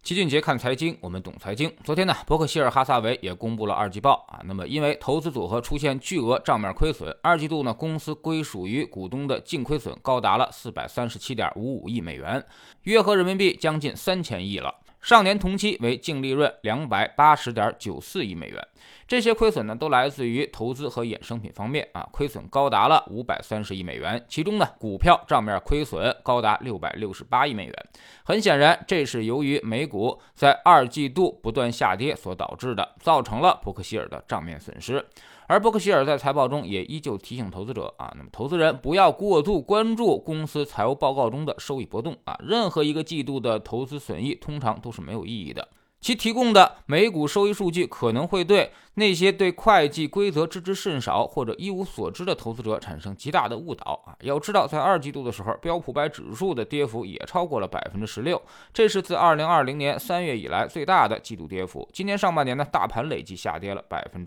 齐俊杰看财经，我们懂财经。昨天呢，伯克希尔哈撒韦也公布了二季报啊。那么因为投资组合出现巨额账面亏损，二季度呢，公司归属于股东的净亏损高达了437.55亿美元，约合人民币将近3000亿了。上年同期为净利润280.94亿美元。这些亏损呢，都来自于投资和衍生品方面啊，亏损高达了530亿美元，其中呢，股票账面亏损高达668亿美元。很显然，这是由于美股在二季度不断下跌所导致的，造成了伯克希尔的账面损失。而伯克希尔在财报中也依旧提醒投资者啊，那么投资人不要过度关注公司财务报告中的收益波动啊，任何一个季度的投资损益通常都是没有意义的。其提供的每股收益数据可能会对那些对会计规则知之甚少或者一无所知的投资者产生极大的误导啊！要知道，在二季度的时候，标普500指数的跌幅也超过了16%，这是自2020年3月以来最大的季度跌幅。今年上半年呢，大盘累计下跌了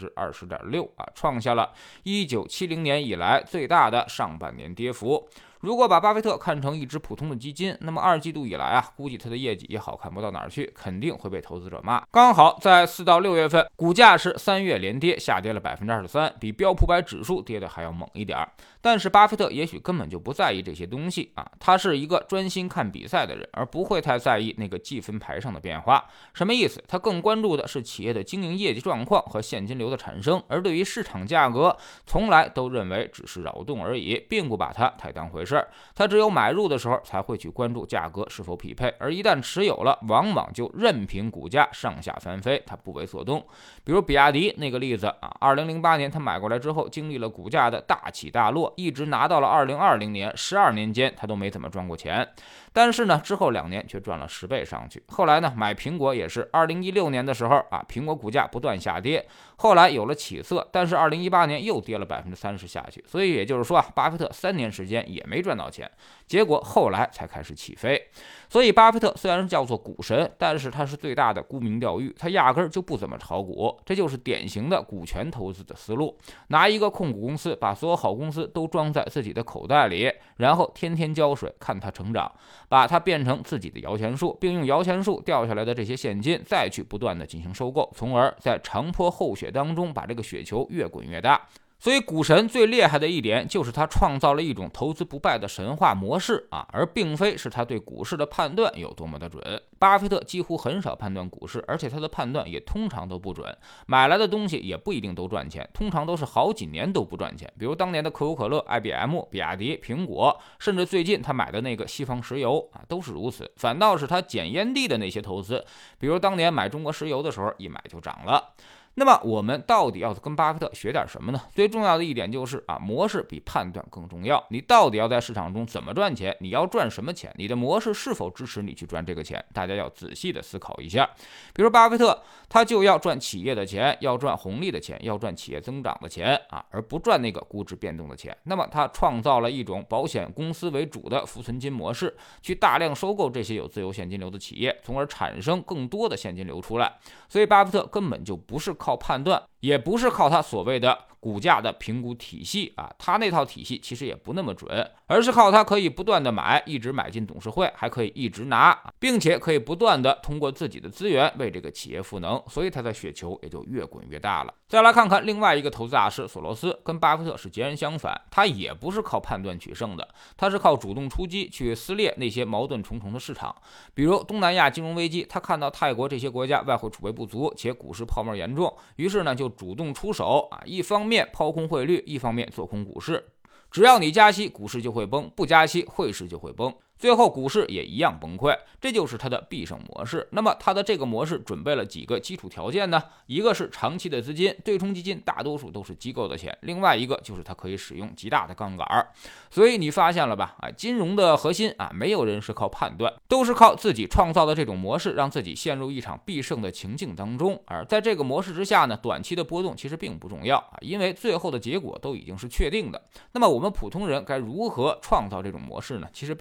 20.6%啊，创下了1970年以来最大的上半年跌幅。如果把巴菲特看成一只普通的基金，那么二季度以来啊，估计他的业绩也好看不到哪儿去，肯定会被投资者骂。刚好在4到6月份，股价是3月连跌，下跌了23%，比标普500指数跌的还要猛一点。但是巴菲特也许根本就不在意这些东西啊，他是一个专心看比赛的人，而不会太在意那个计分牌上的变化。什么意思？他更关注的是企业的经营业绩状况和现金流的产生，而对于市场价格，从来都认为只是扰动而已，并不把它太当回事。他只有买入的时候才会去关注价格是否匹配，而一旦持有了，往往就任凭股价上下翻飞，他不为所动。比如比亚迪那个例子啊，2008年他买过来之后，经历了股价的大起大落，一直拿到了2020年，12年间他都没怎么赚过钱。但是呢，之后2年却赚了10倍上去。后来呢，买苹果也是2016年的时候啊，苹果股价不断下跌，后来有了起色，但是2018年又跌了30%下去。所以也就是说啊，巴菲特3年时间也没赚到钱，结果后来才开始起飞。所以巴菲特虽然叫做股神，但是他是最大的沽名钓誉，他压根儿就不怎么炒股，这就是典型的股权投资的思路。拿一个控股公司，把所有好公司都装在自己的口袋里，然后天天浇水，看它成长，把它变成自己的摇钱树，并用摇钱树掉下来的这些现金再去不断的进行收购，从而在长坡厚雪当中把这个雪球越滚越大。所以股神最厉害的一点就是他创造了一种投资不败的神话模式啊，而并非是他对股市的判断有多么的准。巴菲特几乎很少判断股市，而且他的判断也通常都不准，买来的东西也不一定都赚钱，通常都是好几年都不赚钱。比如当年的可口可乐、IBM、比亚迪、苹果，甚至最近他买的那个西方石油啊，都是如此。反倒是他捡烟蒂的那些投资，比如当年买中国石油的时候，一买就涨了。那么我们到底要跟巴菲特学点什么呢？最重要的一点就是啊，模式比判断更重要。你到底要在市场中怎么赚钱？你要赚什么钱？你的模式是否支持你去赚这个钱？大家要仔细的思考一下。比如巴菲特，他就要赚企业的钱，要赚红利的钱，要赚企业增长的钱啊，而不赚那个估值变动的钱。那么他创造了一种保险公司为主的浮存金模式，去大量收购这些有自由现金流的企业，从而产生更多的现金流出来。所以巴菲特根本就不是靠判断，也不是靠他所谓的股价的评估体系啊，他那套体系其实也不那么准，而是靠他可以不断的买，一直买进董事会，还可以一直拿，并且可以不断的通过自己的资源为这个企业赋能，所以他的雪球也就越滚越大了。再来看看另外一个投资大师索罗斯，跟巴菲特是截然相反，他也不是靠判断取胜的，他是靠主动出击去撕裂那些矛盾重重的市场。比如东南亚金融危机，他看到泰国这些国家外汇储备不足，且股市泡沫严重，于是呢就主动出手啊，一方面抛空汇率，一方面做空股市。只要你加息，股市就会崩；不加息，汇市就会崩。最后股市也一样崩溃，这就是它的必胜模式。那么它的这个模式准备了几个基础条件呢？一个是长期的资金，对冲基金大多数都是机构的钱，另外一个就是它可以使用极大的杠杆。所以你发现了吧？金融的核心啊，没有人是靠判断，都是靠自己创造的这种模式，让自己陷入一场必胜的情境当中。而在这个模式之下呢，短期的波动其实并不重要啊，因为最后的结果都已经是确定的。那么我们普通人该如何创造这种模式呢？其实并不难。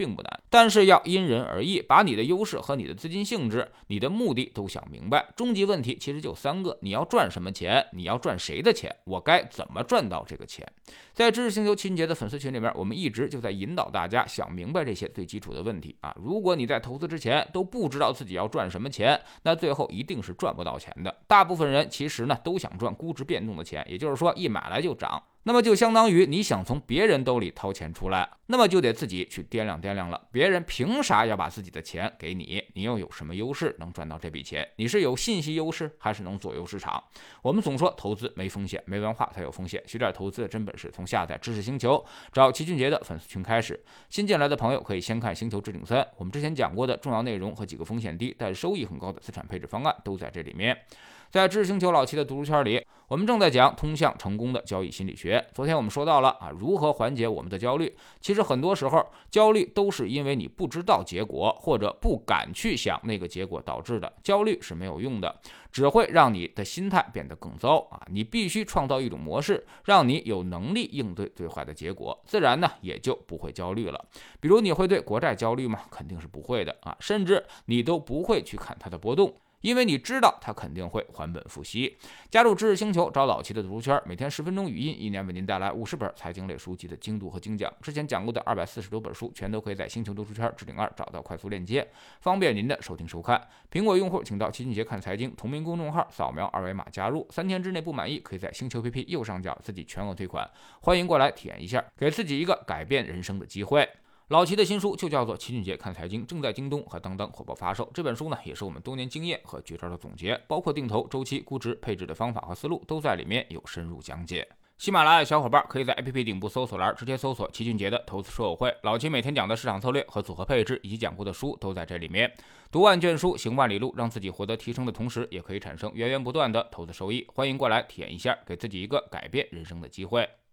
但是要因人而异，把你的优势和你的资金性质、你的目的都想明白。终极问题其实就3个：你要赚什么钱？你要赚谁的钱？我该怎么赚到这个钱？在知识星球秦杰的粉丝群里面，我们一直就在引导大家想明白这些最基础的问题啊！如果你在投资之前都不知道自己要赚什么钱，那最后一定是赚不到钱的。大部分人其实呢都想赚估值变动的钱，也就是说一买来就涨。那么就相当于你想从别人兜里掏钱出来，那么就得自己去掂量掂量了。别人凭啥要把自己的钱给你？你又有什么优势能赚到这笔钱？你是有信息优势，还是能左右市场？我们总说投资没风险，没文化才有风险。学点投资的真本事，从下载知识星球找齐俊杰的粉丝群开始。新进来的朋友可以先看星球置顶3，我们之前讲过的重要内容和几个风险低但收益很高的资产配置方案都在这里面。在知识星球老齐的读书圈里，我们正在讲通向成功的交易心理学。昨天我们说到了如何缓解我们的焦虑。其实很多时候焦虑都是因为你不知道结果，或者不敢去想那个结果导致的。焦虑是没有用的，只会让你的心态变得更糟你必须创造一种模式，让你有能力应对最坏的结果，自然呢也就不会焦虑了。比如你会对国债焦虑吗？肯定是不会的甚至你都不会去看它的波动，因为你知道它肯定会还本付息。加入知识星球，找老齐的读书圈，每天10分钟语音，一年为您带来50本财经类书籍的精读和精讲。之前讲过的240多本书，全都可以在星球读书圈置顶2找到快速链接，方便您的收听收看。苹果用户请到齐俊杰看财经同名公众号，扫描2维码加入，3天之内不满意，可以在星球 APP 右上角自己全额退款。欢迎过来体验一下，给自己一个改变人生的机会。老齐的新书就叫做《齐俊杰看财经》，正在京东和当当火爆发售。这本书呢，也是我们多年经验和绝招的总结，包括定投、周期、估值、配置的方法和思路，都在里面有深入讲解。喜马拉雅小伙伴可以在 APP 顶部搜索栏直接搜索齐俊杰的投资说友会，老齐每天讲的市场策略和组合配置以及讲过的书都在这里面。读万卷书，行万里路，让自己获得提升的同时，也可以产生源源不断的投资收益。欢迎过来体验一下，给自己一个改变人生的机会。